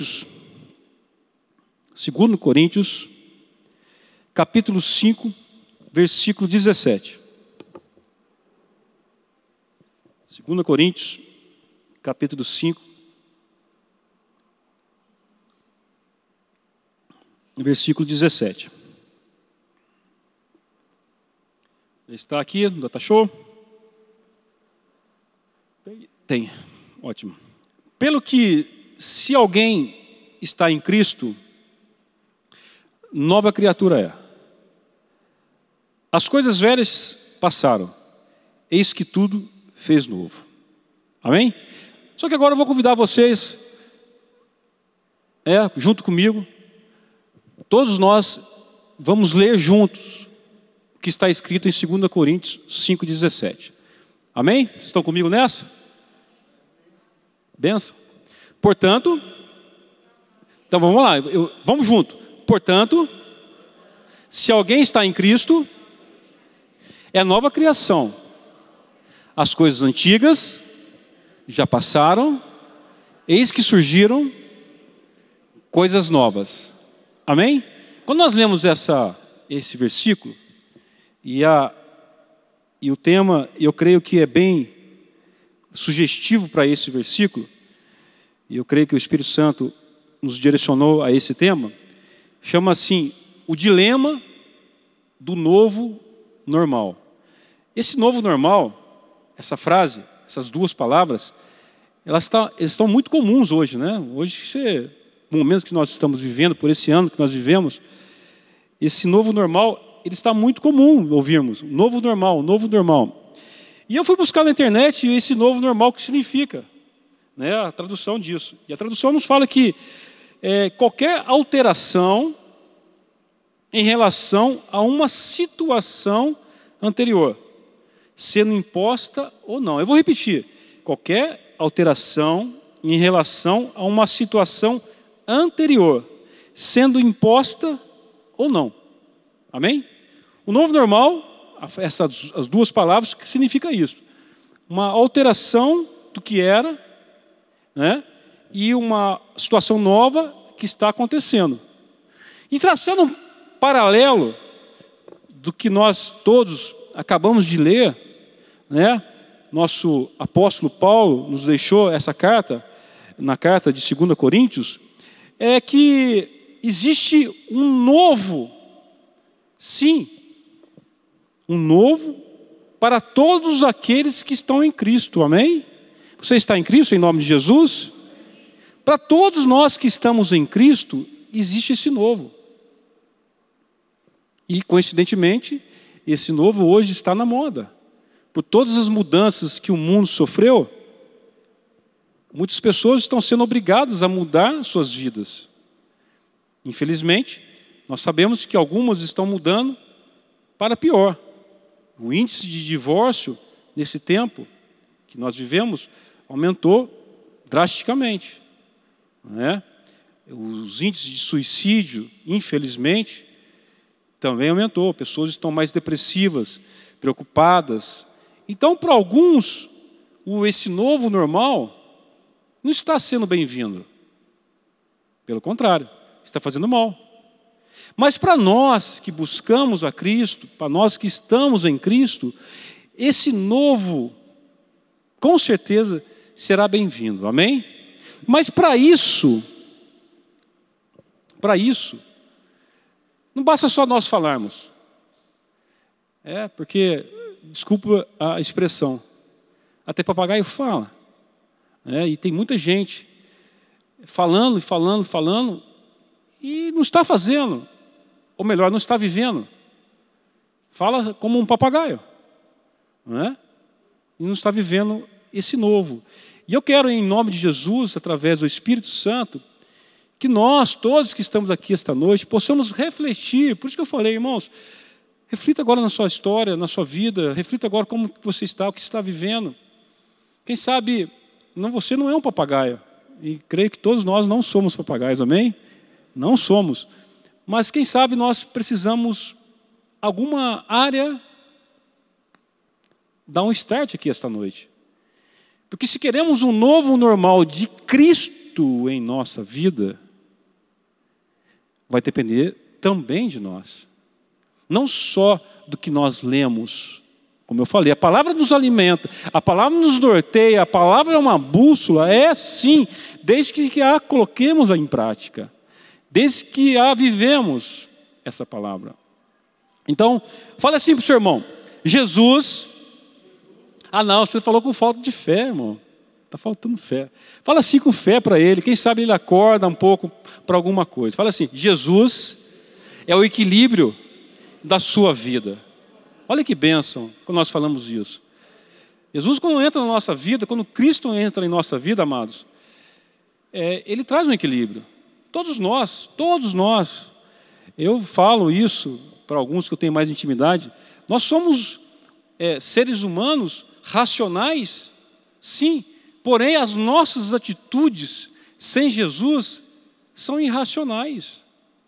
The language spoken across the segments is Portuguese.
2 Coríntios, capítulo 5, versículo 17. 2 Coríntios, capítulo 5, versículo 17. Está aqui, não está show? Tem, ótimo. Pelo que, se alguém está em Cristo, nova criatura é. As coisas velhas passaram, eis que tudo fez novo. Amém? Só que agora eu vou convidar vocês, junto comigo, todos nós vamos ler juntos o que está escrito em 2 Coríntios 5,17. Amém? Vocês estão comigo nessa? Benção. Portanto, então vamos lá, vamos junto. Portanto, se alguém está em Cristo, é nova criação. As coisas antigas já passaram, eis que surgiram coisas novas. Amém? Quando nós lemos esse versículo, e o tema, eu creio que é bem sugestivo para esse versículo, e eu creio que o Espírito Santo nos direcionou a esse tema, chama assim, o dilema do novo normal. Esse novo normal, essa frase, essas duas palavras, elas estão muito comuns hoje, né? Hoje, no momento que nós estamos vivendo, por esse ano que nós vivemos, esse novo normal, ele está muito comum ouvirmos. Novo normal, novo normal. E eu fui buscar na internet esse novo normal, o que significa, né? A tradução disso. E a tradução nos fala que qualquer alteração em relação a uma situação anterior, sendo imposta ou não. Eu vou repetir. Qualquer alteração em relação a uma situação anterior, sendo imposta ou não. Amém? O novo normal, as duas palavras, que significa isso. Uma alteração do que era, né? E uma situação nova que está acontecendo. E traçando um paralelo do que nós todos acabamos de ler, né? Nosso apóstolo Paulo nos deixou essa carta, na carta de 2 Coríntios, é que existe um novo, sim, um novo para todos aqueles que estão em Cristo, amém? Você está em Cristo, em nome de Jesus? Para todos nós que estamos em Cristo, existe esse novo. E, coincidentemente, esse novo hoje está na moda. Por todas as mudanças que o mundo sofreu, muitas pessoas estão sendo obrigadas a mudar suas vidas. Infelizmente, nós sabemos que algumas estão mudando para pior. O índice de divórcio, nesse tempo que nós vivemos, aumentou drasticamente, né? Os índices de suicídio, infelizmente, também aumentou. Pessoas estão mais depressivas, preocupadas. Então, para alguns, esse novo normal não está sendo bem-vindo. Pelo contrário, está fazendo mal. Mas para nós que buscamos a Cristo, para nós que estamos em Cristo, esse novo, com certeza, será bem-vindo. Amém? Mas para isso, não basta só nós falarmos. Porque, desculpa a expressão, até papagaio fala. E tem muita gente falando e falando, falando, e não está fazendo, ou melhor, não está vivendo. Fala como um papagaio, e não está vivendo esse novo. E eu quero, em nome de Jesus, através do Espírito Santo, que nós, todos que estamos aqui esta noite, possamos refletir. Por isso que eu falei, irmãos, reflita agora na sua história, na sua vida, reflita agora como você está, o que você está vivendo. Quem sabe, você não é um papagaio, e creio que todos nós não somos papagaios, amém? Não somos. Mas quem sabe nós precisamos, alguma área, dar um start aqui esta noite. Porque se queremos um novo normal de Cristo, Cristo em nossa vida, vai depender também de nós. Não só do que nós lemos. Como eu falei, a palavra nos alimenta, a palavra nos norteia, a palavra é uma bússola, é sim, desde que a coloquemos em prática. Desde que a vivemos essa palavra. Então, fala assim para o seu irmão, Jesus... Ah não, você falou com falta de fé, irmão. Está faltando fé. Fala assim com fé para ele, quem sabe ele acorda um pouco para alguma coisa. Fala assim, Jesus é o equilíbrio da sua vida. Olha que bênção quando nós falamos isso. Jesus, quando entra na nossa vida, quando Cristo entra em nossa vida, amados, Ele traz um equilíbrio. Todos nós, eu falo isso para alguns que eu tenho mais intimidade, nós somos seres humanos racionais, sim, porém as nossas atitudes sem Jesus são irracionais.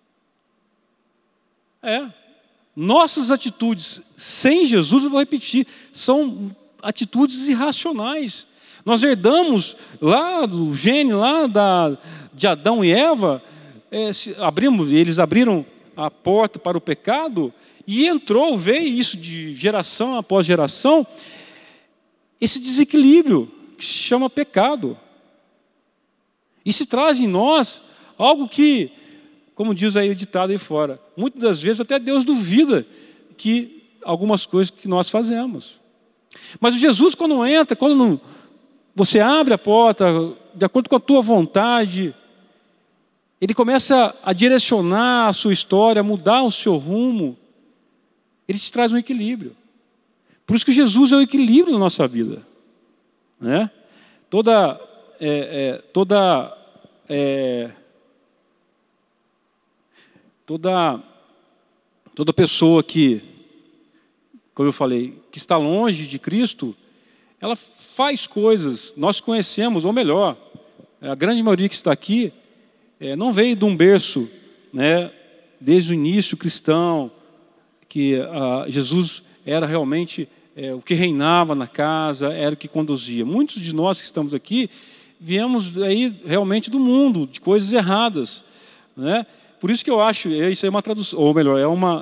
Nossas atitudes sem Jesus, eu vou repetir, são atitudes irracionais. Nós herdamos lá do gene lá de Adão e Eva, eles abriram a porta para o pecado e veio isso de geração após geração, esse desequilíbrio que se chama pecado. E se traz em nós algo que, como diz aí o ditado aí fora, muitas das vezes até Deus duvida que algumas coisas que nós fazemos. Mas Jesus, quando entra, quando você abre a porta, de acordo com a tua vontade, Ele começa a direcionar a sua história, a mudar o seu rumo. Ele te traz um equilíbrio. Por isso que Jesus é o equilíbrio na nossa vida. Né? Toda pessoa que, como eu falei, que está longe de Cristo, ela faz coisas, nós conhecemos, ou melhor, a grande maioria que está aqui, não veio de um berço, né, desde o início cristão, que Jesus era realmente o que reinava na casa, era o que conduzia. Muitos de nós que estamos aqui, viemos aí realmente do mundo, de coisas erradas. Né? Por isso que eu acho, isso é uma tradução, ou melhor,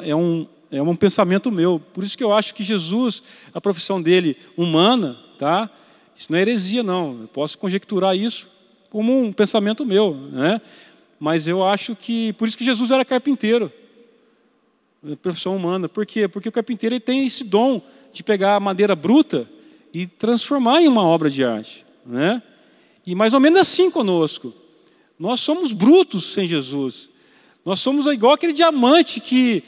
é um pensamento meu, por isso que eu acho que Jesus, a profissão dele humana, tá? Isso não é heresia não, eu posso conjecturar isso como um pensamento meu, né? Mas eu acho que, por isso que Jesus era carpinteiro, profissão humana. Por quê? Porque o carpinteiro ele tem esse dom de pegar a madeira bruta e transformar em uma obra de arte. Né? E mais ou menos assim conosco. Nós somos brutos sem Jesus. Nós somos igual aquele diamante que,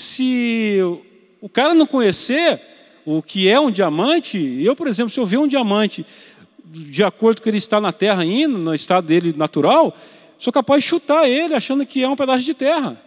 se o cara não conhecer o que é um diamante, eu, por exemplo, se eu ver um diamante de acordo com que ele está na terra ainda, no estado dele natural, sou capaz de chutar ele achando que é um pedaço de terra.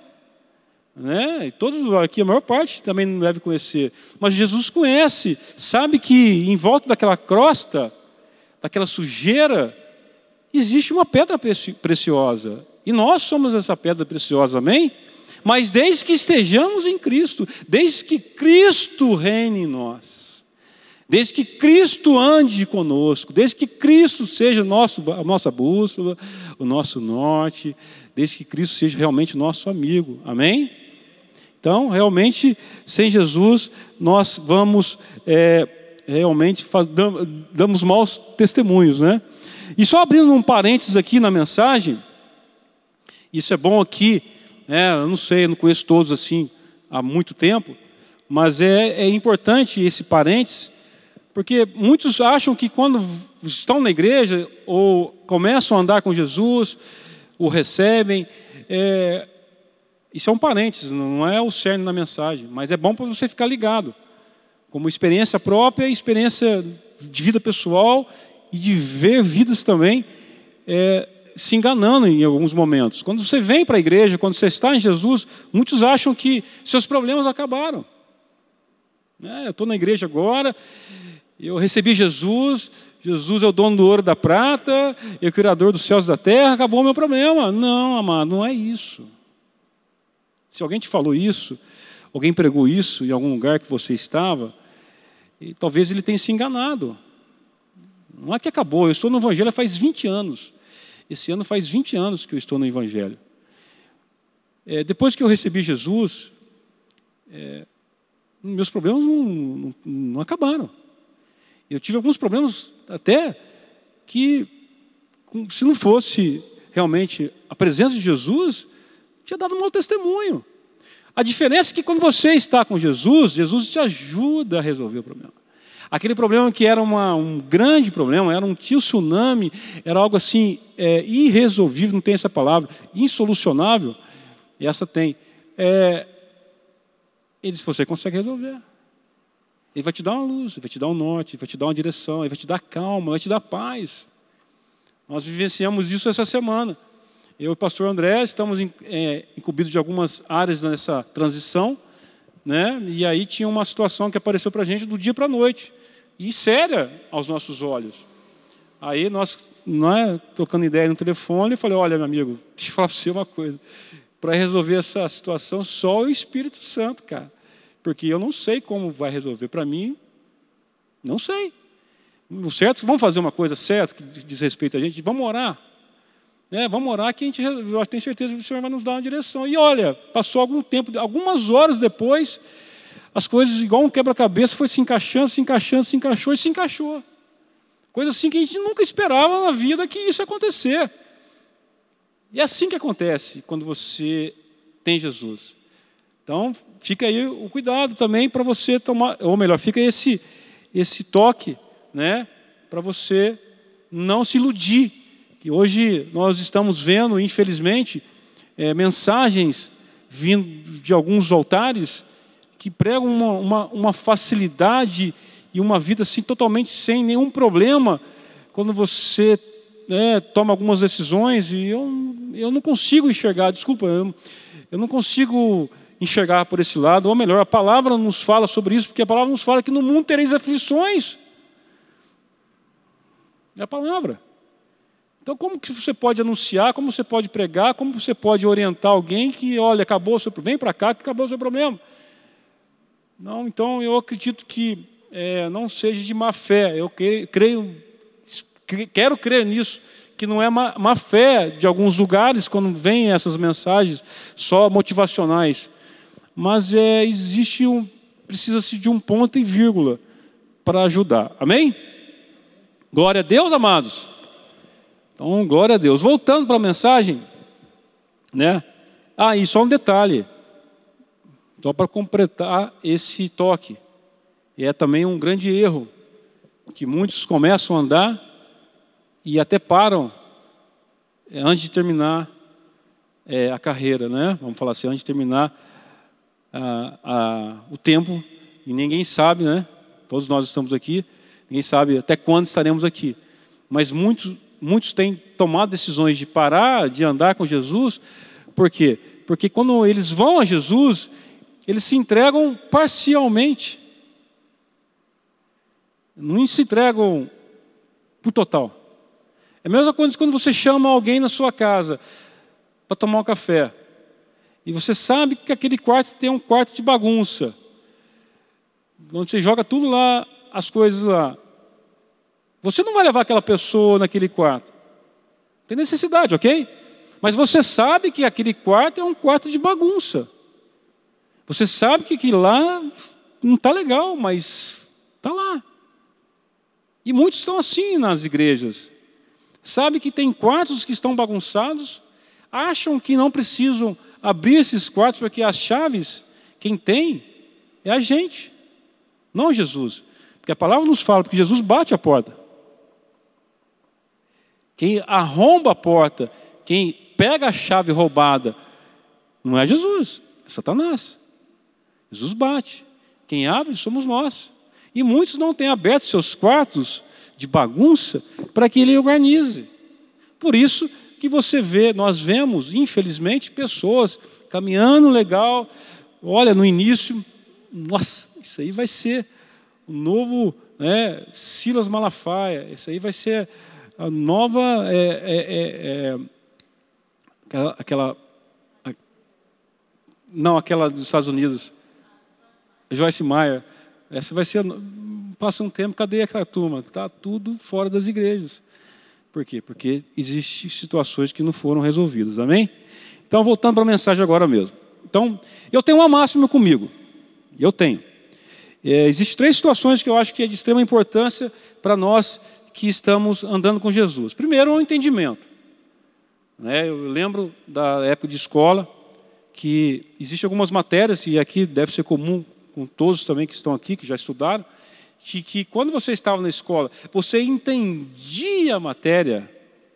Né? E todos aqui, a maior parte também não deve conhecer. Mas Jesus conhece, sabe que em volta daquela crosta, daquela sujeira, existe uma pedra preciosa. E nós somos essa pedra preciosa, amém? Mas desde que estejamos em Cristo, desde que Cristo reine em nós, desde que Cristo ande conosco, desde que Cristo seja a nossa bússola, o nosso norte, desde que Cristo seja realmente nosso amigo, amém? Então, realmente, sem Jesus, nós vamos realmente damos maus testemunhos, né? E só abrindo um parênteses aqui na mensagem, isso é bom aqui, eu não sei, eu não conheço todos assim há muito tempo, mas é importante esse parênteses, porque muitos acham que quando estão na igreja ou começam a andar com Jesus, o recebem, isso é um parênteses, não é o cerne da mensagem, mas é bom para você ficar ligado, como experiência própria, experiência de vida pessoal e de ver vidas também se enganando em alguns momentos. Quando você vem para a igreja, quando você está em Jesus, muitos acham que seus problemas acabaram. Eu estou na igreja agora, eu recebi Jesus, Jesus é o dono do ouro e da prata, é o criador dos céus e da terra, acabou o meu problema. Não, amado, não é isso. Se alguém te falou isso, alguém pregou isso em algum lugar que você estava, e talvez ele tenha se enganado. Não é que acabou, eu estou no evangelho faz 20 anos. Esse ano faz 20 anos que eu estou no Evangelho. Depois que eu recebi Jesus, meus problemas não acabaram. Eu tive alguns problemas até que, se não fosse realmente a presença de Jesus, tinha dado um mau testemunho. A diferença é que quando você está com Jesus, Jesus te ajuda a resolver o problema. Aquele problema que era um grande problema, era um tsunami, era algo assim, irresolvível, não tem essa palavra, insolucionável, e essa tem. Você consegue resolver. Ele vai te dar uma luz, ele vai te dar um norte, ele vai te dar uma direção, ele vai te dar calma, vai te dar paz. Nós vivenciamos isso essa semana. Eu e o pastor André estamos incumbidos de algumas áreas nessa transição, né? E aí tinha uma situação que apareceu para a gente do dia para a noite, e séria aos nossos olhos. Aí nós, trocando ideia no telefone, eu falei, olha, meu amigo, deixa eu falar para você uma coisa. Para resolver essa situação, só o Espírito Santo, cara. Porque eu não sei como vai resolver. Para mim, não sei. O certo, vamos fazer uma coisa certa que diz respeito a gente, vamos orar. Vamos orar que eu tenho certeza que o Senhor vai nos dar uma direção. E olha, passou algum tempo, algumas horas depois, as coisas, igual um quebra-cabeça, foi se encaixando, se encaixando, se encaixou e se encaixou. Coisa assim que a gente nunca esperava na vida que isso ia acontecer. E é assim que acontece quando você tem Jesus. Então, fica aí o cuidado também para você tomar, ou melhor, fica esse toque, né, para você não se iludir. Que hoje nós estamos vendo, infelizmente, mensagens vindo de alguns altares que pregam uma facilidade e uma vida assim, totalmente sem nenhum problema, quando você toma algumas decisões, e eu não consigo enxergar, desculpa, eu não consigo enxergar por esse lado, ou melhor, a palavra nos fala sobre isso, porque a palavra nos fala que no mundo tereis aflições. É a palavra. Então, como que você pode anunciar, como você pode pregar, como você pode orientar alguém que, olha, acabou o seu problema, vem para cá que acabou o seu problema. Não, então eu acredito que não seja de má fé, eu quero crer nisso, que não é má fé de alguns lugares quando vêm essas mensagens só motivacionais, mas precisa-se de um ponto e vírgula para ajudar. Amém? Glória a Deus, amados. Então, glória a Deus. Voltando para a mensagem, né? E só um detalhe, só para completar esse toque, e é também um grande erro, que muitos começam a andar e até param antes de terminar a carreira, né? Vamos falar assim, antes de terminar o tempo, e ninguém sabe, né? Todos nós estamos aqui, ninguém sabe até quando estaremos aqui, mas muitos têm tomado decisões de parar de andar com Jesus. Por quê? Porque quando eles vão a Jesus, eles se entregam parcialmente, não se entregam por total. É a mesma coisa quando você chama alguém na sua casa para tomar um café, e você sabe que aquele quarto tem um quarto de bagunça, onde você joga tudo lá, as coisas lá. Você não vai levar aquela pessoa naquele quarto. Tem necessidade, ok? Mas você sabe que aquele quarto é um quarto de bagunça. Você sabe que aquilo lá não está legal, mas está lá. E muitos estão assim nas igrejas. Sabe que tem quartos que estão bagunçados, acham que não precisam abrir esses quartos, porque as chaves, quem tem, é a gente, não Jesus. Porque a palavra nos fala, porque Jesus bate a porta. Quem arromba a porta, quem pega a chave roubada, não é Jesus, é Satanás. Jesus bate. Quem abre somos nós. E muitos não têm aberto seus quartos de bagunça para que ele organize. Por isso que nós vemos, infelizmente, pessoas caminhando legal. Olha, no início, nossa, isso aí vai ser o novo Silas Malafaia, isso aí vai ser a nova, aquela dos Estados Unidos, Joyce Meyer. Essa vai ser, passa um tempo, cadê aquela turma? Está tudo fora das igrejas. Por quê? Porque existem situações que não foram resolvidas, amém? Então, voltando para a mensagem agora mesmo. Então, eu tenho uma máxima comigo, eu tenho. Existem 3 situações que eu acho que é de extrema importância para nós que estamos andando com Jesus. Primeiro, o entendimento. Eu lembro da época de escola, que existem algumas matérias, e aqui deve ser comum com todos também que estão aqui, que já estudaram, que quando você estava na escola, você entendia a matéria,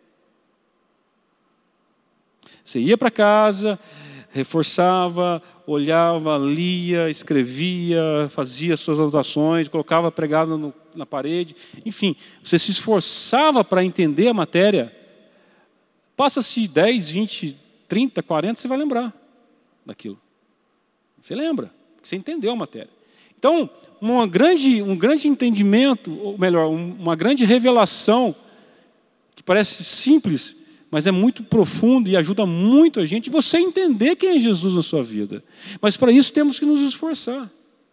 você ia para casa, reforçava, olhava, lia, escrevia, fazia suas anotações, colocava pregado na parede, enfim, você se esforçava para entender a matéria. Passa-se 10, 20, 30, 40, você vai lembrar daquilo. Você lembra, porque você entendeu a matéria. Então, um grande entendimento, ou melhor, uma grande revelação, que parece simples, mas é muito profundo e ajuda muito a gente, você entender quem é Jesus na sua vida. Mas para isso temos que nos esforçar.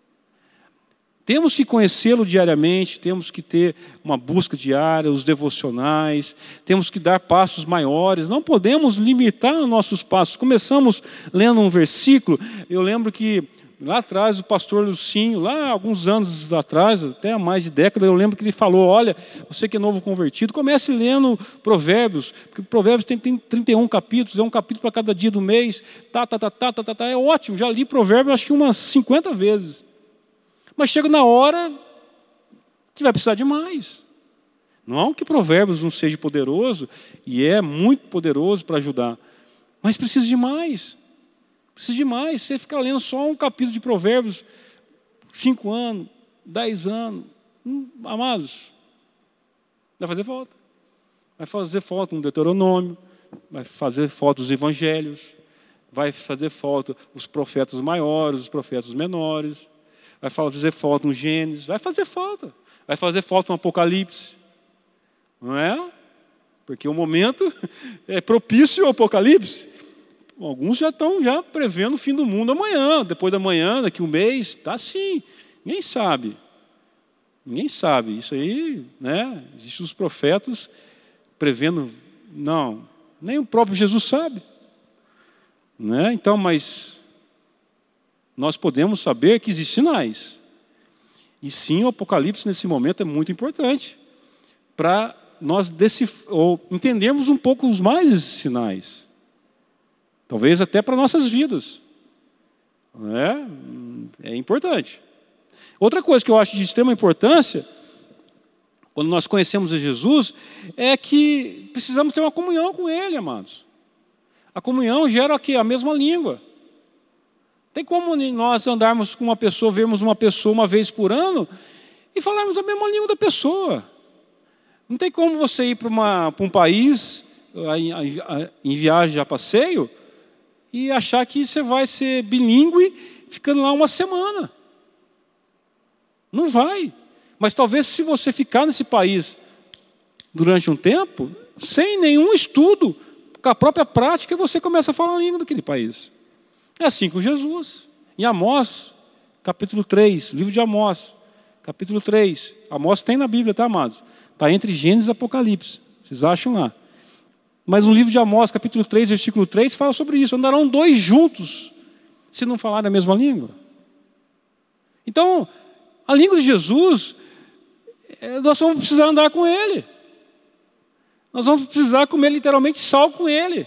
Temos que conhecê-lo diariamente, temos que ter uma busca diária, os devocionais, temos que dar passos maiores, não podemos limitar os nossos passos. Começamos lendo um versículo, eu lembro que lá atrás o pastor Lucinho, lá alguns anos atrás, até há mais de década, eu lembro que ele falou, olha, você que é novo convertido, comece lendo Provérbios, porque Provérbios tem 31 capítulos, é um capítulo para cada dia do mês, é ótimo, já li Provérbios acho que umas 50 vezes. Mas chega na hora que vai precisar de mais. Não que Provérbios não seja poderoso, e é muito poderoso para ajudar, mas precisa de mais. Precisa de mais. Você ficar lendo só um capítulo de Provérbios, 5 anos, 10 anos, amados, vai fazer falta. Vai fazer falta um Deuteronômio, vai fazer falta os evangelhos, vai fazer falta os profetas maiores, os profetas menores, vai fazer falta um Gênesis, vai fazer falta um Apocalipse, não é? Porque o momento é propício ao Apocalipse. Alguns já estão prevendo o fim do mundo amanhã, depois da manhã, daqui um mês, está assim, ninguém sabe. Ninguém sabe, isso aí, né? Existem os profetas prevendo, não, nem o próprio Jesus sabe. Né? Então, mas nós podemos saber que existem sinais. E sim, o Apocalipse nesse momento é muito importante para nós entendermos um pouco mais esses sinais. Talvez até para nossas vidas. É importante. Outra coisa que eu acho de extrema importância, quando nós conhecemos a Jesus, é que precisamos ter uma comunhão com Ele, amados. A comunhão gera aqui a mesma língua. Tem como nós andarmos com uma pessoa, vermos uma pessoa uma vez por ano e falarmos a mesma língua da pessoa. Não tem como você ir para um país, em viagem a passeio, e achar que você vai ser bilíngue ficando lá uma semana. Não vai. Mas talvez se você ficar nesse país durante um tempo, sem nenhum estudo, com a própria prática, você começa a falar a língua daquele país. É assim com Jesus. Em Amós, capítulo 3, livro de Amós, capítulo 3. Amós tem na Bíblia, tá, amados? Está entre Gênesis e Apocalipse. Vocês acham lá. Mas no livro de Amós, capítulo 3, versículo 3, fala sobre isso. Andarão 2 juntos, se não falarem a mesma língua. Então, a língua de Jesus, nós vamos precisar andar com Ele. Nós vamos precisar comer literalmente sal com Ele.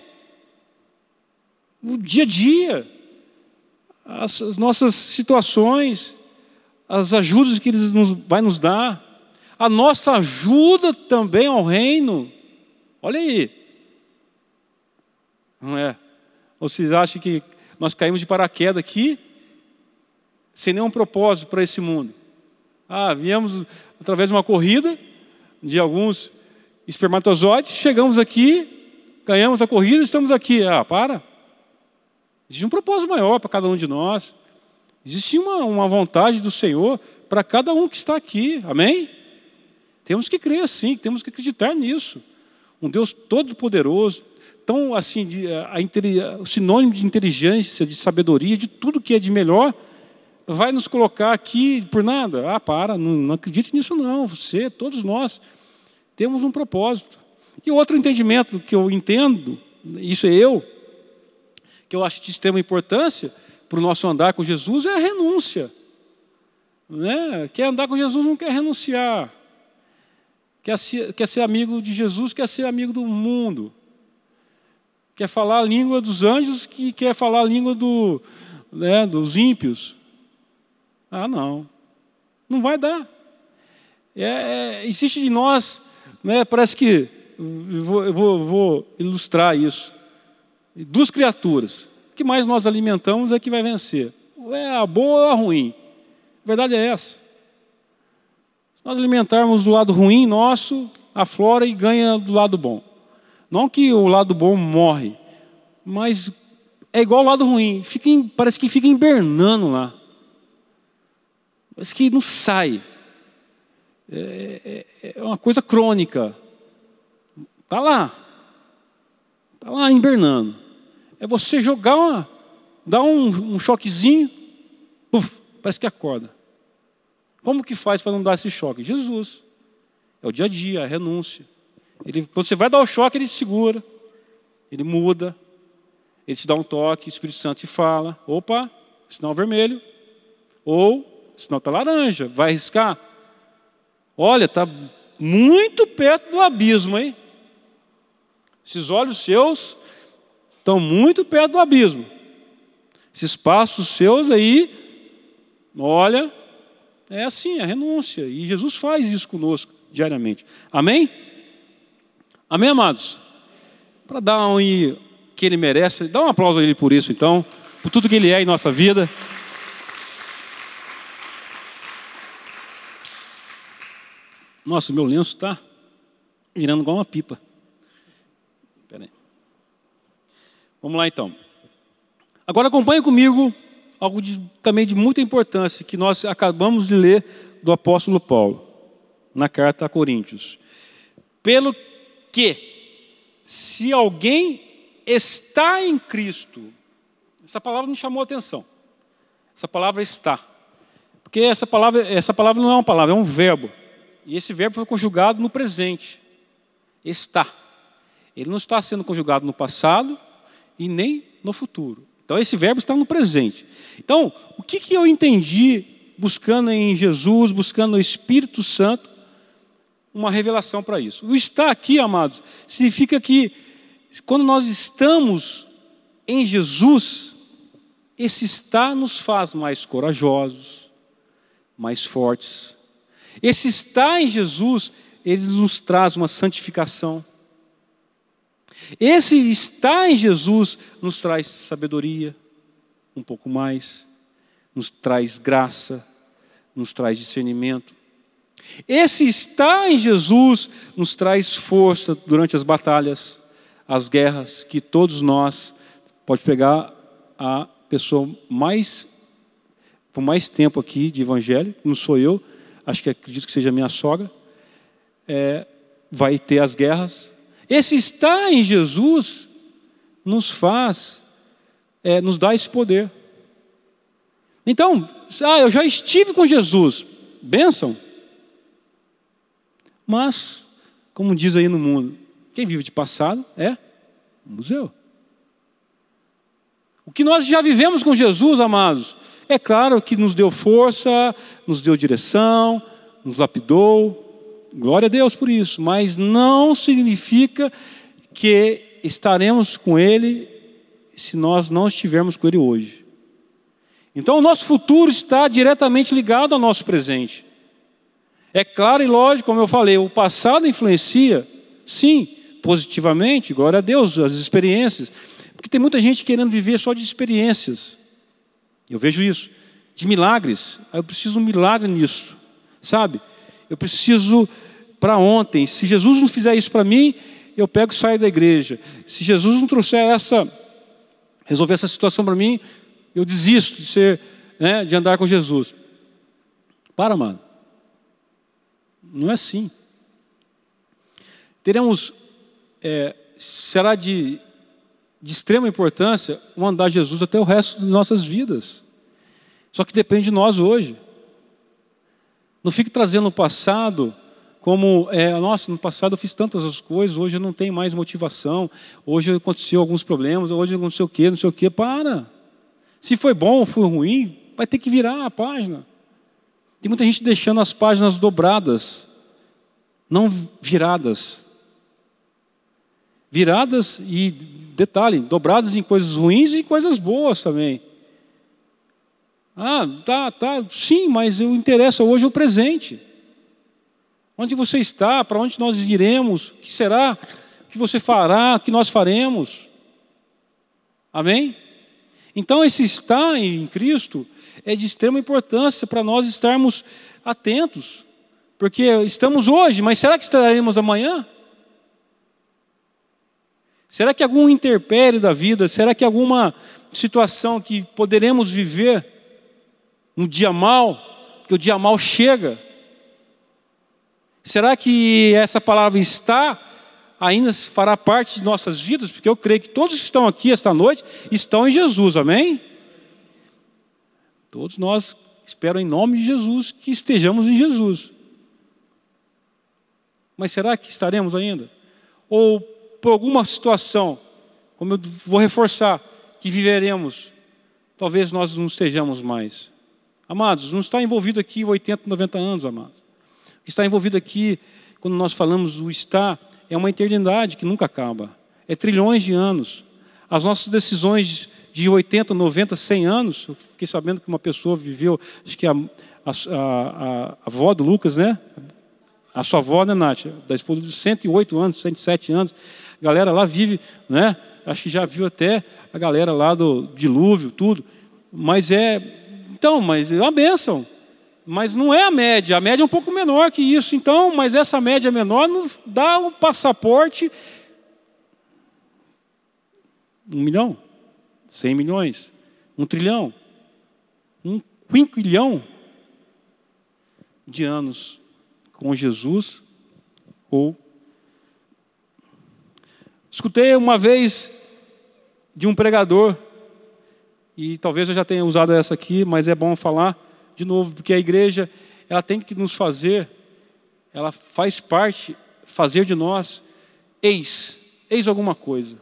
No dia a dia. As nossas situações, as ajudas que Ele vai nos dar. A nossa ajuda também ao reino. Olha aí. Não é? Ou vocês acham que nós caímos de paraquedas aqui, sem nenhum propósito para esse mundo? Viemos através de uma corrida, de alguns espermatozoides, chegamos aqui, ganhamos a corrida e estamos aqui. Para. Existe um propósito maior para cada um de nós. Existe uma vontade do Senhor para cada um que está aqui. Amém? Temos que crer assim, temos que acreditar nisso. Um Deus todo-poderoso, tão assim, o sinônimo de inteligência, de sabedoria, de tudo que é de melhor, vai nos colocar aqui por nada. Não acredite nisso não. Você, todos nós, temos um propósito. E outro entendimento que eu entendo, isso é eu, que eu acho de extrema importância para o nosso andar com Jesus, é a renúncia. Né? Quer andar com Jesus não quer renunciar. Quer ser amigo de Jesus, quer ser amigo do mundo. Quer falar a língua dos anjos, que quer falar a língua dos ímpios. Ah, não. Não vai dar. Existe de nós, né, parece que, eu vou ilustrar isso. Duas criaturas. O que mais nós alimentamos é que vai vencer. Ou é a boa ou a ruim. A verdade é essa. Se nós alimentarmos do lado ruim nosso, aflora e ganha do lado bom. Não que o lado bom morre, mas é igual ao lado ruim. Parece que fica hibernando lá. Parece que não sai. É uma coisa crônica. Está lá hibernando. É você jogar, dar um choquezinho, puf, parece que acorda. Como que faz para não dar esse choque? Jesus. É o dia a dia, a renúncia. Quando você vai dar o choque, ele te segura, ele muda, ele te dá um toque, o Espírito Santo te fala, opa, sinal vermelho, ou sinal está laranja, vai arriscar? Olha, está muito perto do abismo, hein? Esses olhos seus estão muito perto do abismo. Esses passos seus aí, olha, é assim, a renúncia. E Jesus faz isso conosco diariamente. Amém? Amém, amados? Para dar que Ele merece, dá um aplauso a Ele por isso, então, por tudo que Ele é em nossa vida. Nossa, meu lenço está virando igual uma pipa. Espera aí. Vamos lá, então. Agora acompanhe comigo algo também de muita importância, que nós acabamos de ler do apóstolo Paulo, na carta a Coríntios. Pelo que, se alguém está em Cristo, essa palavra me chamou a atenção. Essa palavra está. Porque essa palavra não é uma palavra, é um verbo. E esse verbo foi conjugado no presente. Está. Ele não está sendo conjugado no passado e nem no futuro. Então esse verbo está no presente. Então, o que eu entendi buscando em Jesus, buscando no Espírito Santo, uma revelação para isso? O estar aqui, amados, significa que quando nós estamos em Jesus, esse estar nos faz mais corajosos, mais fortes. Esse estar em Jesus, ele nos traz uma santificação. Esse estar em Jesus nos traz sabedoria, um pouco mais, nos traz graça, nos traz discernimento. Esse estar em Jesus nos traz força durante as batalhas, as guerras, que todos nós, pode pegar a pessoa por mais tempo aqui de evangelho, não sou eu, acredito que seja minha sogra, vai ter as guerras. Esse estar em Jesus nos faz, nos dá esse poder. Então, eu já estive com Jesus, bênção. Mas, como diz aí no mundo, quem vive de passado é museu. O que nós já vivemos com Jesus, amados, é claro que nos deu força, nos deu direção, nos lapidou. Glória a Deus por isso. Mas não significa que estaremos com Ele se nós não estivermos com Ele hoje. Então o nosso futuro está diretamente ligado ao nosso presente. É claro e lógico, como eu falei, o passado influencia, sim, positivamente, glória a Deus, as experiências. Porque tem muita gente querendo viver só de experiências. Eu vejo isso, de milagres. Eu preciso de um milagre nisso, sabe? Eu preciso para ontem. Se Jesus não fizer isso para mim, eu pego e saio da igreja. Se Jesus não trouxer resolver essa situação para mim, eu desisto de andar com Jesus. Para, mano. Não é assim. Será de extrema importância o andar de Jesus até o resto de nossas vidas. Só que depende de nós hoje. Não fique trazendo o passado como, nossa, no passado eu fiz tantas coisas, hoje eu não tenho mais motivação, hoje aconteceu alguns problemas, hoje não sei o quê, para. Se foi bom ou foi ruim, vai ter que virar a página. Tem muita gente deixando as páginas dobradas, não viradas. Viradas e, detalhe, dobradas em coisas ruins e coisas boas também. Sim, mas o interessa hoje é o presente. Onde você está, para onde nós iremos, o que será, o que você fará, o que nós faremos. Amém? Então esse estar em Cristo é de extrema importância para nós estarmos atentos. Porque estamos hoje, mas será que estaremos amanhã? Será que algum intempérie da vida, será que alguma situação que poderemos viver um dia mau, que o dia mau chega? Será que essa palavra está ainda fará parte de nossas vidas? Porque eu creio que todos que estão aqui esta noite estão em Jesus, amém? Todos nós, espero em nome de Jesus, que estejamos em Jesus. Mas será que estaremos ainda? Ou por alguma situação, como eu vou reforçar, que viveremos, talvez nós não estejamos mais. Amados, não está envolvido aqui 80, 90 anos, amados. O que está envolvido aqui, quando nós falamos o estar, é uma eternidade que nunca acaba. É trilhões de anos. As nossas decisões de 80, 90, 100 anos, eu fiquei sabendo que uma pessoa viveu, acho que a avó do Lucas, né? A sua avó, né, Nath? Da esposa de 108 anos, 107 anos. A galera lá vive, né? Acho que já viu até a galera lá do dilúvio, tudo. Mas é uma bênção. Mas não é a média é um pouco menor que isso, então, mas essa média menor nos dá um passaporte. 1 milhão, 100 milhões, 1 trilhão, 1 quinquilhão de anos com Jesus. Escutei uma vez de um pregador, e talvez eu já tenha usado essa aqui, mas é bom falar de novo, porque a igreja, ela tem que nos fazer, ela faz parte, fazer de nós, eis alguma coisa.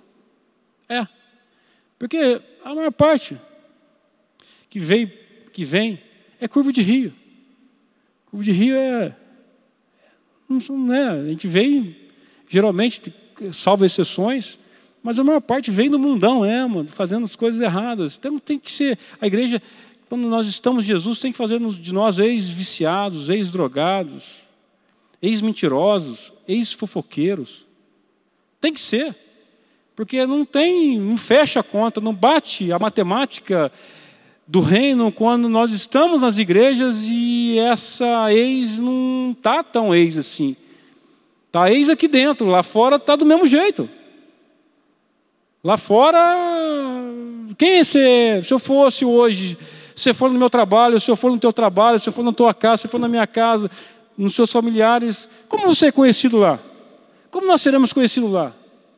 Porque a maior parte que vem é curva de rio. Curva de rio não é, a gente vem, geralmente, salvo exceções, mas a maior parte vem do mundão, fazendo as coisas erradas. Então tem que ser, a igreja, quando nós estamos em Jesus, tem que fazer de nós ex-viciados, ex-drogados, ex-mentirosos, ex-fofoqueiros. Tem que ser. Porque não fecha a conta, não bate a matemática do reino quando nós estamos nas igrejas e essa ex não está tão ex assim. Está ex aqui dentro, lá fora está do mesmo jeito. Lá fora, quem é você? Se eu fosse hoje, se eu for no meu trabalho, se eu for no teu trabalho, se eu for na tua casa, se eu for na minha casa, nos seus familiares, como você é conhecido lá? Como nós seremos conhecidos lá?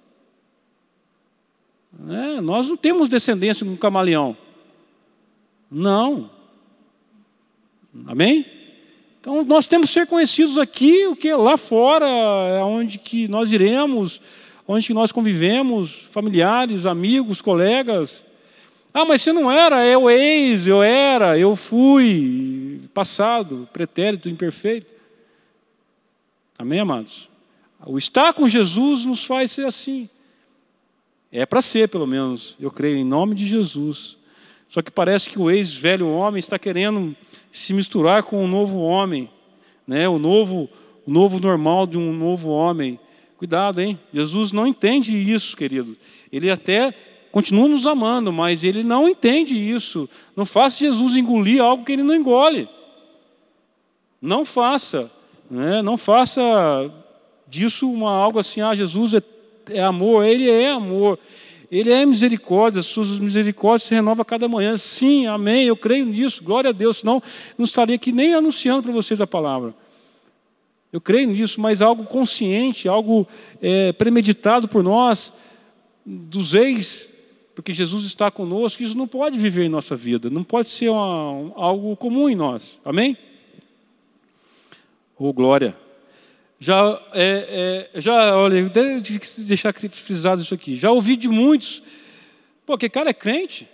Nós não temos descendência com um camaleão. Não. Amém? Então nós temos que ser conhecidos aqui, o que lá fora é onde que nós iremos, onde que nós convivemos, familiares, amigos, colegas. Mas você não era, eu era, eu fui, passado, pretérito, imperfeito. Amém, amados? O estar com Jesus nos faz ser assim. É para ser, pelo menos, eu creio, em nome de Jesus. Só que parece que o ex-velho homem está querendo se misturar com o novo homem, né? O novo normal de um novo homem. Cuidado, hein? Jesus não entende isso, querido. Ele até continua nos amando, mas ele não entende isso. Não faça Jesus engolir algo que ele não engole. Não faça. Né? Não faça disso algo assim, Jesus é amor, Ele é amor, Ele é misericórdia, suas misericórdias se renovam a cada manhã. Sim, amém, eu creio nisso, glória a Deus, senão não estaria aqui nem anunciando para vocês a palavra. Eu creio nisso, mas algo consciente, algo premeditado por nós, dos ex, porque Jesus está conosco, isso não pode viver em nossa vida, não pode ser algo comum em nós, amém? Glória! Olha, deixar frisado isso aqui. Já ouvi de muitos. Pô, que cara é crente?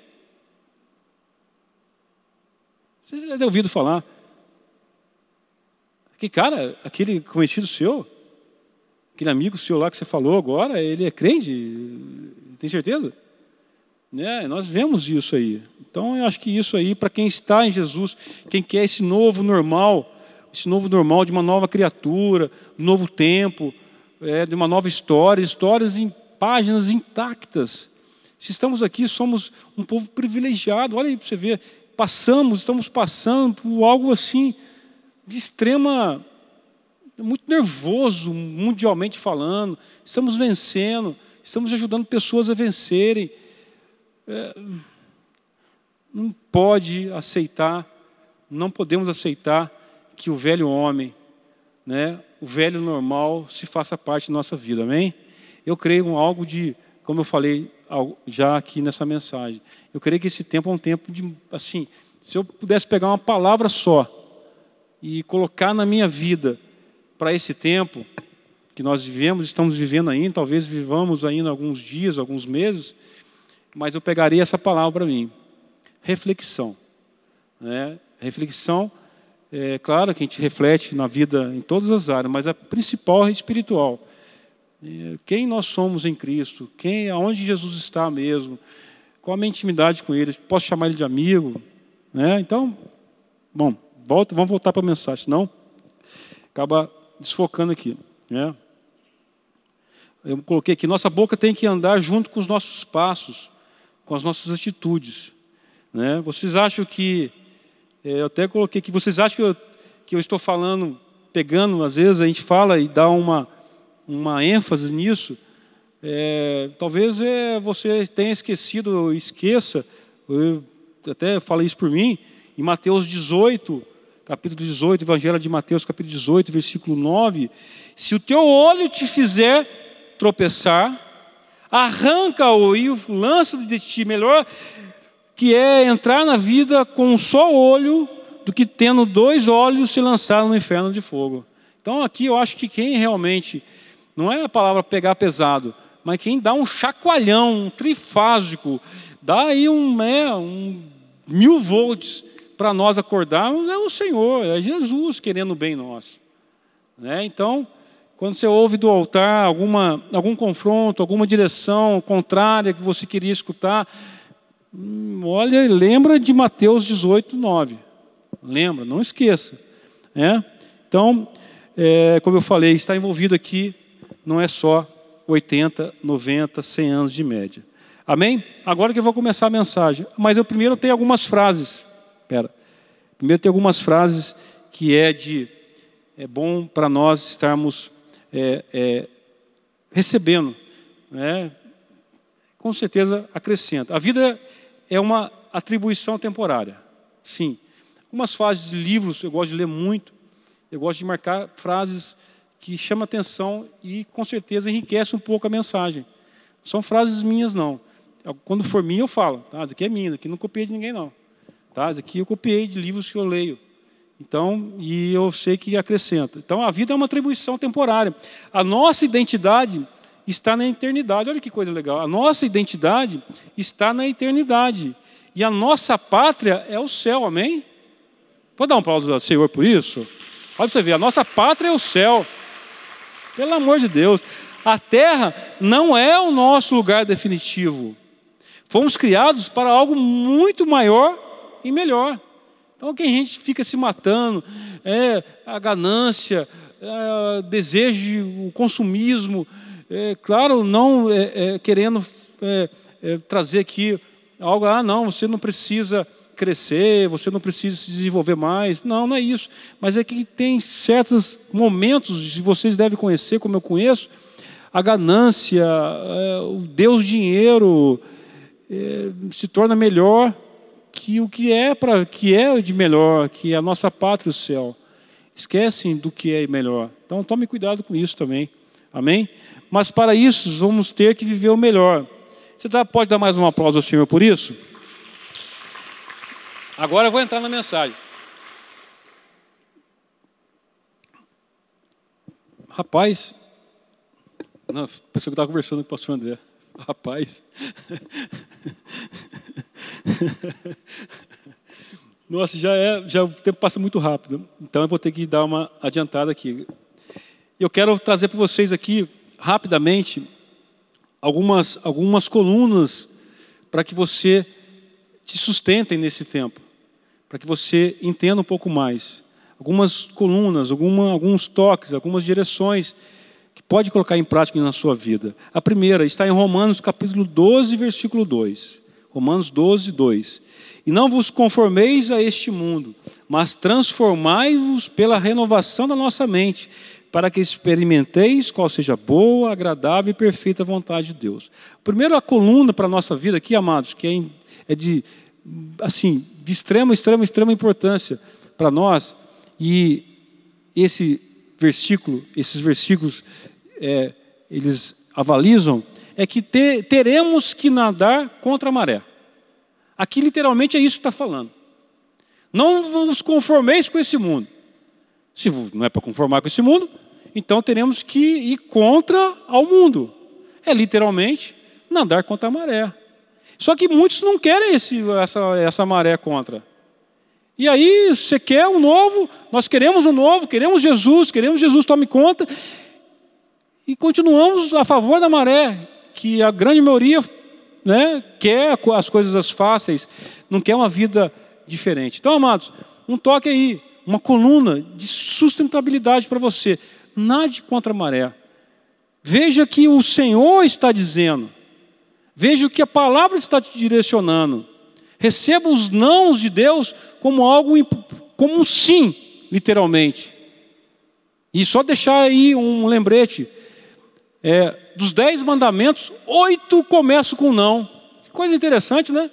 Vocês já devem ter ouvido falar. Que cara, aquele conhecido seu, aquele amigo seu lá que você falou agora, ele é crente? Tem certeza? Né? Nós vemos isso aí. Então, eu acho que isso aí, para quem está em Jesus, quem quer esse novo normal de uma nova criatura, um novo tempo, de uma nova história, histórias em páginas intactas. Se estamos aqui, somos um povo privilegiado. Olha aí para você ver, estamos passando por algo assim, de extrema, muito nervoso, mundialmente falando. Estamos vencendo, estamos ajudando pessoas a vencerem. Não podemos aceitar que o velho homem, né, o velho normal, se faça parte da nossa vida, amém? Eu creio em algo de, como eu falei já aqui nessa mensagem, eu creio que esse tempo é um tempo de, assim, se eu pudesse pegar uma palavra só e colocar na minha vida para esse tempo que nós estamos vivendo ainda, talvez vivamos ainda alguns dias, alguns meses, mas eu pegaria essa palavra para mim. Reflexão. Né? Reflexão, claro que a gente reflete na vida em todas as áreas, mas a principal é espiritual. Quem nós somos em Cristo, aonde Jesus está mesmo, qual a minha intimidade com Ele, posso chamar Ele de amigo? Né? Então, bom, vamos voltar para a mensagem, senão acaba desfocando aqui. Né? Eu coloquei aqui, nossa boca tem que andar junto com os nossos passos, com as nossas atitudes. Né? Vocês acham que, eu até coloquei aqui, vocês acham que eu estou falando, pegando, às vezes a gente fala e dá uma ênfase nisso, talvez você tenha esquecido, esqueça, eu até falei isso por mim, em Mateus 18, capítulo 18, Evangelho de Mateus, capítulo 18, versículo 9, se o teu olho te fizer tropeçar, arranca-o e lança de ti, melhor que é entrar na vida com um só olho do que tendo 2 olhos se lançar no inferno de fogo. Então aqui eu acho que quem realmente, não é a palavra pegar pesado, mas quem dá um chacoalhão, um trifásico, dá aí um 1000 volts para nós acordarmos, é o Senhor, é Jesus querendo o bem nosso. Né? Então, quando você ouve do altar algum confronto, alguma direção contrária que você queria escutar, olha, lembra de Mateus 18, 9. Lembra, não esqueça. Então, como eu falei, está envolvido aqui, não é só 80, 90, 100 anos de média. Amém? Agora que eu vou começar a mensagem. Mas eu primeiro tenho algumas frases. Primeiro tem algumas frases que é bom para nós estarmos recebendo. Né? Com certeza acrescenta. A vida é uma atribuição temporária. Sim. Algumas frases de livros, eu gosto de ler muito. Eu gosto de marcar frases que chamam atenção e com certeza enriquecem um pouco a mensagem. Não são frases minhas, não. Quando for minha, eu falo. Tá? Isso aqui é minha, isso aqui não copiei de ninguém, não. Tá? Isso aqui eu copiei de livros que eu leio. Então, e eu sei que acrescenta. Então, a vida é uma atribuição temporária. A nossa identidade está na eternidade. Olha que coisa legal. A nossa identidade está na eternidade. E a nossa pátria é o céu, amém? Pode dar um aplauso ao Senhor por isso? Olha para você ver, a nossa pátria é o céu. Pelo amor de Deus. A terra não é o nosso lugar definitivo. Fomos criados para algo muito maior e melhor. Então, quem a gente fica se matando, a ganância, desejo, o consumismo, claro, não querendo trazer aqui algo, não, você não precisa crescer, você não precisa se desenvolver mais. Não, não é isso. Mas é que tem certos momentos, e vocês devem conhecer, como eu conheço, a ganância, o Deus dinheiro se torna melhor que o que é de melhor, que é a nossa pátria, o céu. Esquecem do que é melhor. Então, tome cuidado com isso também. Amém? Mas para isso, vamos ter que viver o melhor. Você pode dar mais um aplauso ao Senhor por isso? Agora eu vou entrar na mensagem. Rapaz, não, pensei que eu estava conversando com o pastor André. Rapaz. Nossa, já o tempo passa muito rápido. Então eu vou ter que dar uma adiantada aqui. Eu quero trazer para vocês aqui, rapidamente, algumas colunas para que você te sustentem nesse tempo, para que você entenda um pouco mais. Algumas colunas, alguns toques, algumas direções que pode colocar em prática na sua vida. A primeira está em Romanos capítulo 12, versículo 2. Romanos 12, 2. E não vos conformeis a este mundo, mas transformai-vos pela renovação da nossa mente, para que experimenteis qual seja boa, agradável e perfeita vontade de Deus. Primeiro, a coluna para a nossa vida aqui, amados, que é de extrema importância para nós, e esses versículos, eles avalizam, é que teremos que nadar contra a maré. Aqui, literalmente, é isso que está falando. Não vos conformeis com esse mundo. Se não é para conformar com esse mundo, então teremos que ir contra ao mundo. É literalmente nadar contra a maré. Só que muitos não querem essa maré contra. E aí você quer um novo, nós queremos um novo, queremos Jesus tome conta. E continuamos a favor da maré, que a grande maioria, né, quer as coisas fáceis, não quer uma vida diferente. Então, amados, um toque aí, uma coluna de sustentabilidade para você. Nade contra a maré. Veja que o Senhor está dizendo. Veja o que a palavra está te direcionando. Receba os nãos de Deus como algo, como um sim, literalmente. E só deixar aí um lembrete. Dos 10 mandamentos, 8 começam com não. Que coisa interessante, né?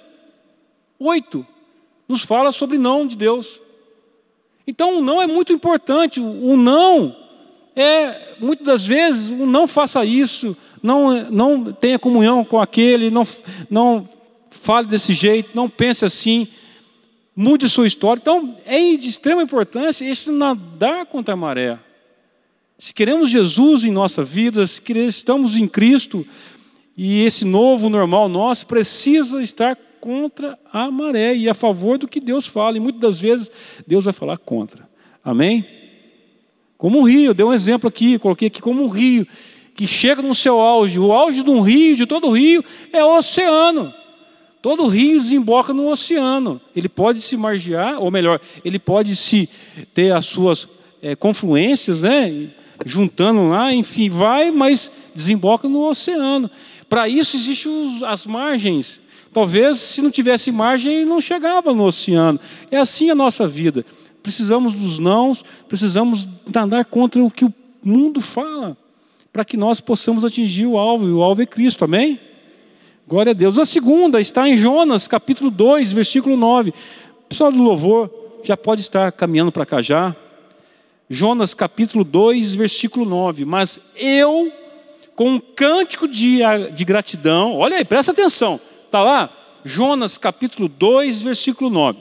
8 nos fala sobre não de Deus. Então o não é muito importante. O não muitas das vezes, o não faça isso, não tenha comunhão com aquele, não fale desse jeito, não pense assim, mude a sua história. Então é de extrema importância esse nadar contra a maré. Se queremos Jesus em nossa vida, se estamos em Cristo, e esse novo normal nosso precisa estar contra a maré e a favor do que Deus fala. E muitas das vezes Deus vai falar contra. Amém? Como um rio, eu dei um exemplo aqui, coloquei aqui como um rio, que chega no seu auge. O auge de um rio, de todo rio, é o oceano. Todo rio desemboca no oceano. Ele pode se margear, ou melhor, ele pode ter as suas confluências, né? Juntando lá, enfim, mas desemboca no oceano. Para isso existem as margens. Talvez se não tivesse margem, não chegava no oceano. É assim a nossa vida. Precisamos dos nãos, precisamos nadar contra o que o mundo fala, para que nós possamos atingir o alvo, e o alvo é Cristo, amém? Glória a Deus. A segunda está em Jonas, capítulo 2, versículo 9. O pessoal do louvor já pode estar caminhando para cá já. Jonas, capítulo 2, versículo 9. Mas eu, com um cântico de gratidão, olha aí, presta atenção, está lá? Jonas, capítulo 2, versículo 9.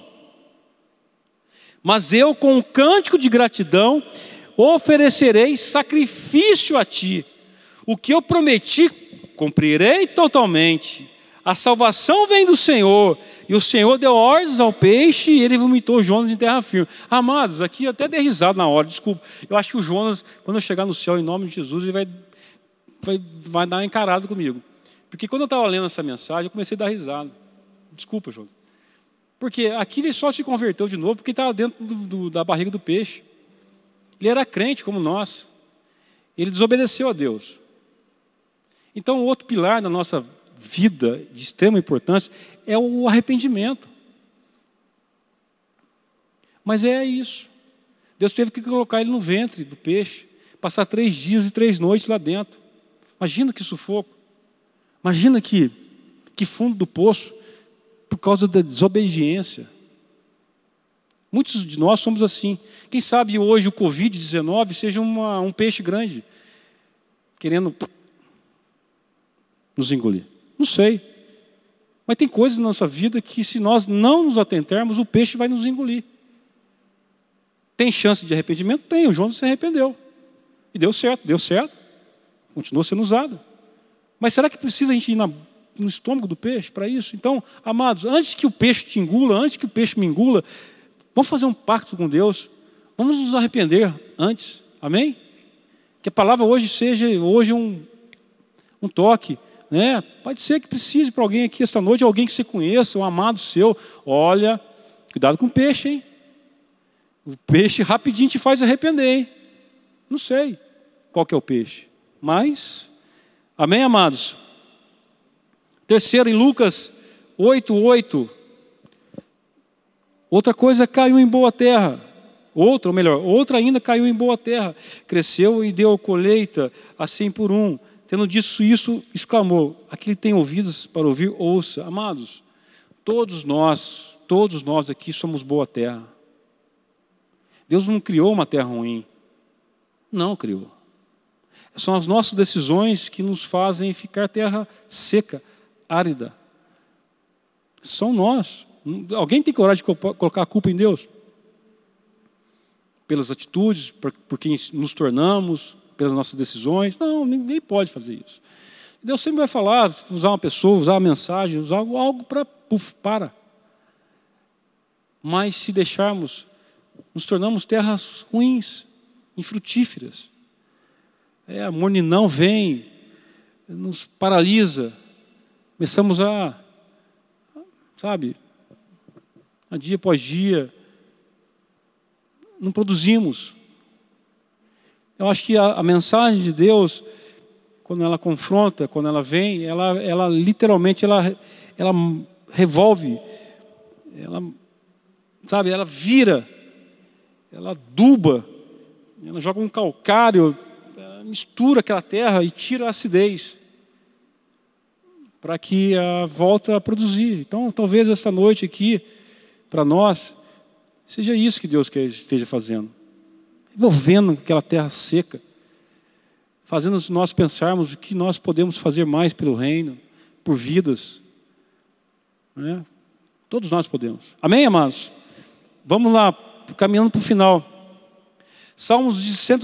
Mas eu, com um cântico de gratidão, oferecerei sacrifício a ti. O que eu prometi, cumprirei totalmente. A salvação vem do Senhor. E o Senhor deu ordens ao peixe e ele vomitou Jonas em terra firme. Amados, aqui eu até dei risada na hora, desculpa. Eu acho que o Jonas, quando eu chegar no céu, em nome de Jesus, ele vai dar encarado comigo. Porque quando eu estava lendo essa mensagem, eu comecei a dar risada. Desculpa, Jonas. Porque aqui ele só se converteu de novo porque estava dentro da barriga do peixe. Ele era crente como nós. Ele desobedeceu a Deus. Então, outro pilar da nossa vida de extrema importância é o arrependimento. Mas é isso. Deus teve que colocar ele no ventre do peixe, passar 3 dias e 3 noites lá dentro. Imagina que sufoco. Imagina que fundo do poço, por causa da desobediência. Muitos de nós somos assim. Quem sabe hoje o Covid-19 seja um peixe grande, querendo nos engolir. Não sei. Mas tem coisas na nossa vida que, se nós não nos atentarmos, o peixe vai nos engolir. Tem chance de arrependimento? Tem. O Jonas se arrependeu. E deu certo. Continua sendo usado. Mas será que precisa a gente ir no estômago do peixe para isso? Então, amados, antes que o peixe te engula, antes que o peixe me engula, vamos fazer um pacto com Deus. Vamos nos arrepender antes. Amém? Que a palavra hoje seja um toque. Né? Pode ser que precise para alguém aqui esta noite, alguém que você conheça, um amado seu. Olha, cuidado com o peixe, hein? O peixe rapidinho te faz arrepender, hein? Não sei qual que é o peixe. Mas, amém, amados? Terceiro, em Lucas 8:8. Outra coisa caiu em boa terra. Outra ainda caiu em boa terra. Cresceu e deu colheita a 100 por um. Tendo dito isso, exclamou: aquele que tem ouvidos para ouvir, ouça. Amados, todos nós aqui somos boa terra. Deus não criou uma terra ruim. Não criou. São as nossas decisões que nos fazem ficar terra seca, árida. São nós. Alguém tem coragem de colocar a culpa em Deus? Pelas atitudes, por quem nos tornamos, pelas nossas decisões? Não, ninguém pode fazer isso. Deus sempre vai falar, usar uma pessoa, usar uma mensagem, usar algo para. Mas se deixarmos, nos tornamos terras ruins, infrutíferas. A morninão vem, nos paralisa, começamos a dia após dia, não produzimos. Eu acho que a mensagem de Deus, quando ela confronta, quando ela vem, ela literalmente, ela revolve, ela vira, ela aduba, ela joga um calcário, mistura aquela terra e tira a acidez para que volta a produzir. Então, talvez essa noite aqui, para nós, seja isso que Deus esteja fazendo. Envolvendo aquela terra seca, fazendo nós pensarmos o que nós podemos fazer mais pelo reino, por vidas. Né? Todos nós podemos. Amém, amados? Vamos lá, caminhando para o final. Salmos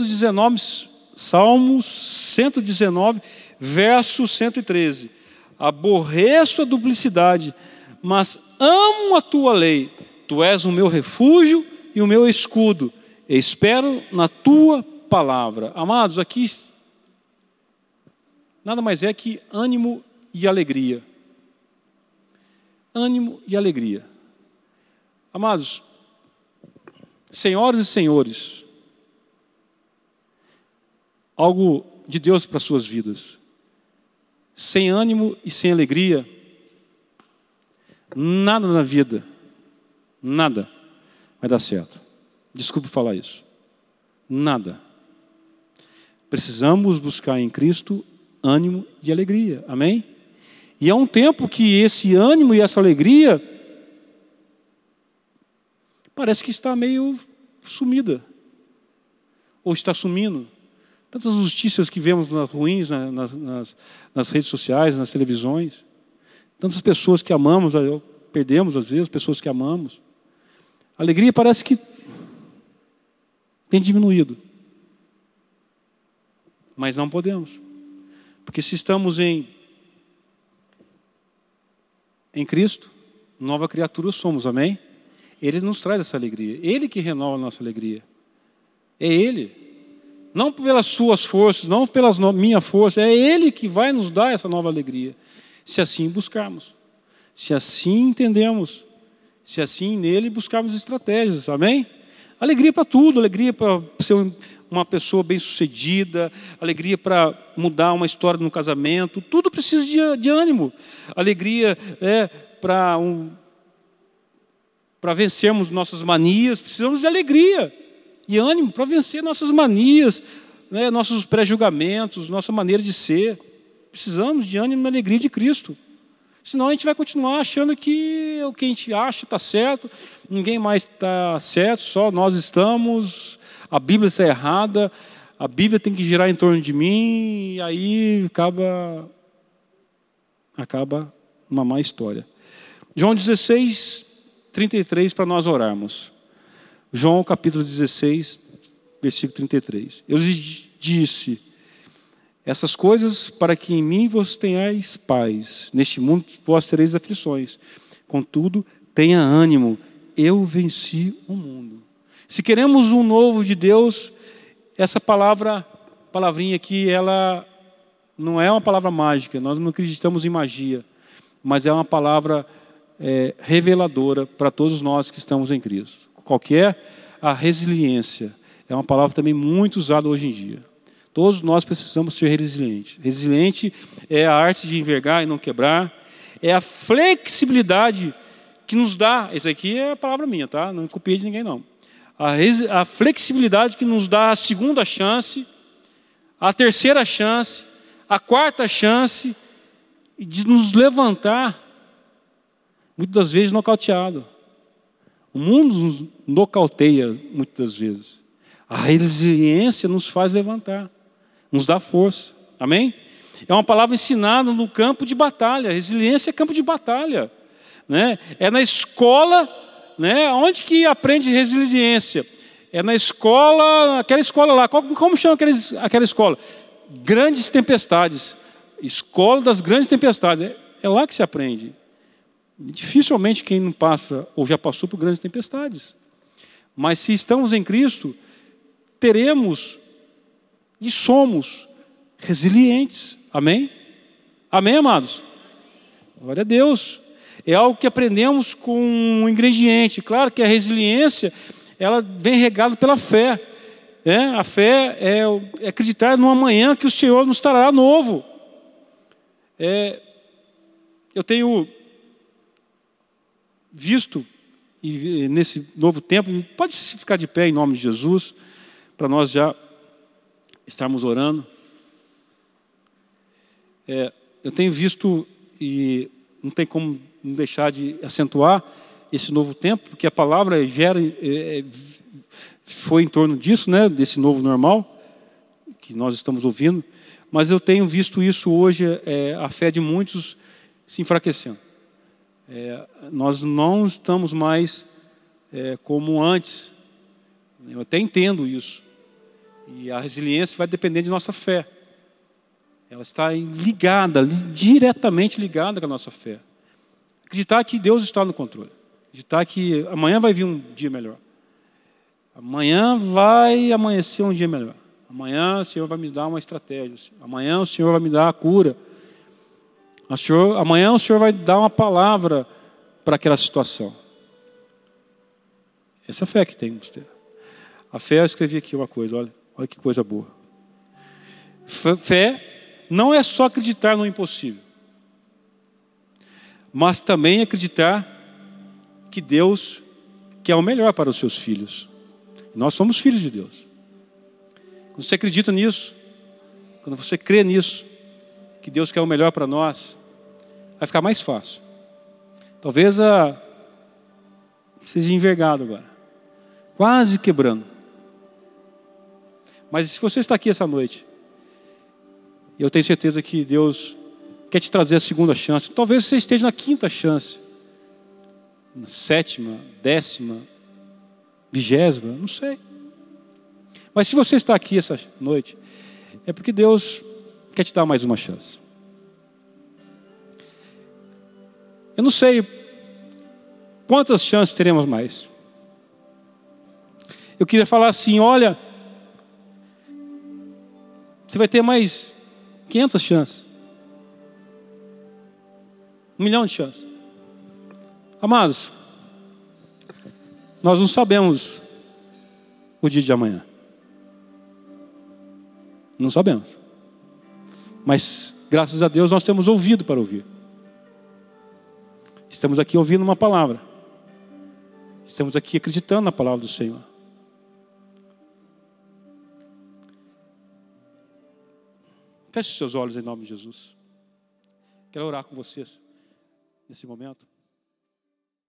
119, verso 113. Aborreço a duplicidade, mas amo a tua lei. Tu és o meu refúgio e o meu escudo. Espero na tua palavra. Amados, aqui nada mais é que ânimo e alegria. Ânimo e alegria. Amados, senhoras e senhores, algo de Deus para as suas vidas. Sem ânimo e sem alegria, nada na vida, nada vai dar certo. Desculpe falar isso. Nada. Precisamos buscar em Cristo ânimo e alegria. Amém? E é um tempo que esse ânimo e essa alegria parece que está meio sumida. Ou está sumindo. Tantas notícias que vemos ruins nas redes sociais, nas televisões. Tantas pessoas que amamos, perdemos às vezes pessoas que amamos. A alegria parece que tem diminuído. Mas não podemos. Porque se estamos em Cristo, nova criatura somos, amém? Ele nos traz essa alegria. Ele que renova a nossa alegria. É Ele. Não pelas suas forças, não pelas minha força, é Ele que vai nos dar essa nova alegria. Se assim buscarmos, se assim entendemos, se assim nele buscarmos estratégias, amém? Alegria para tudo, alegria para ser uma pessoa bem-sucedida, alegria para mudar uma história no casamento, tudo precisa de ânimo. Alegria para vencermos nossas manias, precisamos de alegria. E ânimo para vencer nossas manias, nossos pré-julgamentos, nossa maneira de ser. Precisamos de ânimo e alegria de Cristo. Senão a gente vai continuar achando que o que a gente acha está certo, ninguém mais está certo, só nós estamos, a Bíblia está errada, a Bíblia tem que girar em torno de mim, e aí acaba uma má história. João 16, 33, para nós orarmos. João capítulo 16, versículo 33. Eu lhes disse: essas coisas para que em mim vos tenhais paz. Neste mundo vós tereis aflições. Contudo, tenha ânimo, eu venci o mundo. Se queremos um novo de Deus, essa palavrinha aqui, ela não é uma palavra mágica, nós não acreditamos em magia, mas é uma palavra reveladora para todos nós que estamos em Cristo. Qual que é? A resiliência. É uma palavra também muito usada hoje em dia. Todos nós precisamos ser resilientes. Resiliente é a arte de envergar e não quebrar. É a flexibilidade que nos dá, essa aqui é a palavra minha, tá? Não copiei de ninguém, não. A flexibilidade que nos dá a segunda chance, a terceira chance, a quarta chance, de nos levantar, muitas das vezes nocauteado. O mundo nos nocauteia muitas das vezes. A resiliência nos faz levantar, nos dá força. Amém? É uma palavra ensinada no campo de batalha. Resiliência é campo de batalha, né? É na escola, né? Onde que aprende resiliência? É na escola, aquela escola lá. Como chama aquela escola? Grandes tempestades. Escola das grandes tempestades. É lá que se aprende. Dificilmente quem não passa ou já passou por grandes tempestades. Mas se estamos em Cristo, teremos e somos resilientes. Amém? Amém, amados? Glória a Deus. É algo que aprendemos com um ingrediente. Claro que a resiliência, ela vem regada pela fé. A fé é acreditar no amanhã que o Senhor nos trará novo. Eu tenho visto, e nesse novo tempo, pode se ficar de pé em nome de Jesus, para nós já estarmos orando. Eu tenho visto, e não tem como não deixar de acentuar esse novo tempo, porque a palavra foi em torno disso, né, desse novo normal, que nós estamos ouvindo, mas eu tenho visto isso hoje, a fé de muitos se enfraquecendo. Nós não estamos mais como antes. Eu até entendo isso. E a resiliência vai depender de nossa fé. Ela está ligada, diretamente ligada com a nossa fé. Acreditar que Deus está no controle. Acreditar que amanhã vai vir um dia melhor. Amanhã vai amanhecer um dia melhor. Amanhã o Senhor vai me dar uma estratégia. Amanhã o Senhor vai me dar a cura. Amanhã o Senhor vai dar uma palavra para aquela situação. Essa é a fé que temos que ter. A fé, eu escrevi aqui uma coisa, olha que coisa boa. Fé não é só acreditar no impossível, mas também acreditar que Deus quer o melhor para os seus filhos. Nós somos filhos de Deus. Quando você acredita nisso, quando você crê nisso, que Deus quer o melhor para nós, vai ficar mais fácil. Talvez seja envergado agora, quase quebrando. Mas se você está aqui essa noite, eu tenho certeza que Deus quer te trazer a segunda chance. Talvez você esteja na quinta chance, na sétima, 10ª, 20ª, não sei. Mas se você está aqui essa noite, é porque Deus quer te dar mais uma chance. Eu não sei quantas chances teremos mais. Eu queria falar assim, olha, você vai ter mais 500 chances. 1 milhão de chances. Amados, nós não sabemos o dia de amanhã. Não sabemos. Mas, graças a Deus, nós temos ouvido para ouvir. Estamos aqui ouvindo uma palavra. Estamos aqui acreditando na palavra do Senhor. Feche seus olhos em nome de Jesus. Quero orar com vocês nesse momento.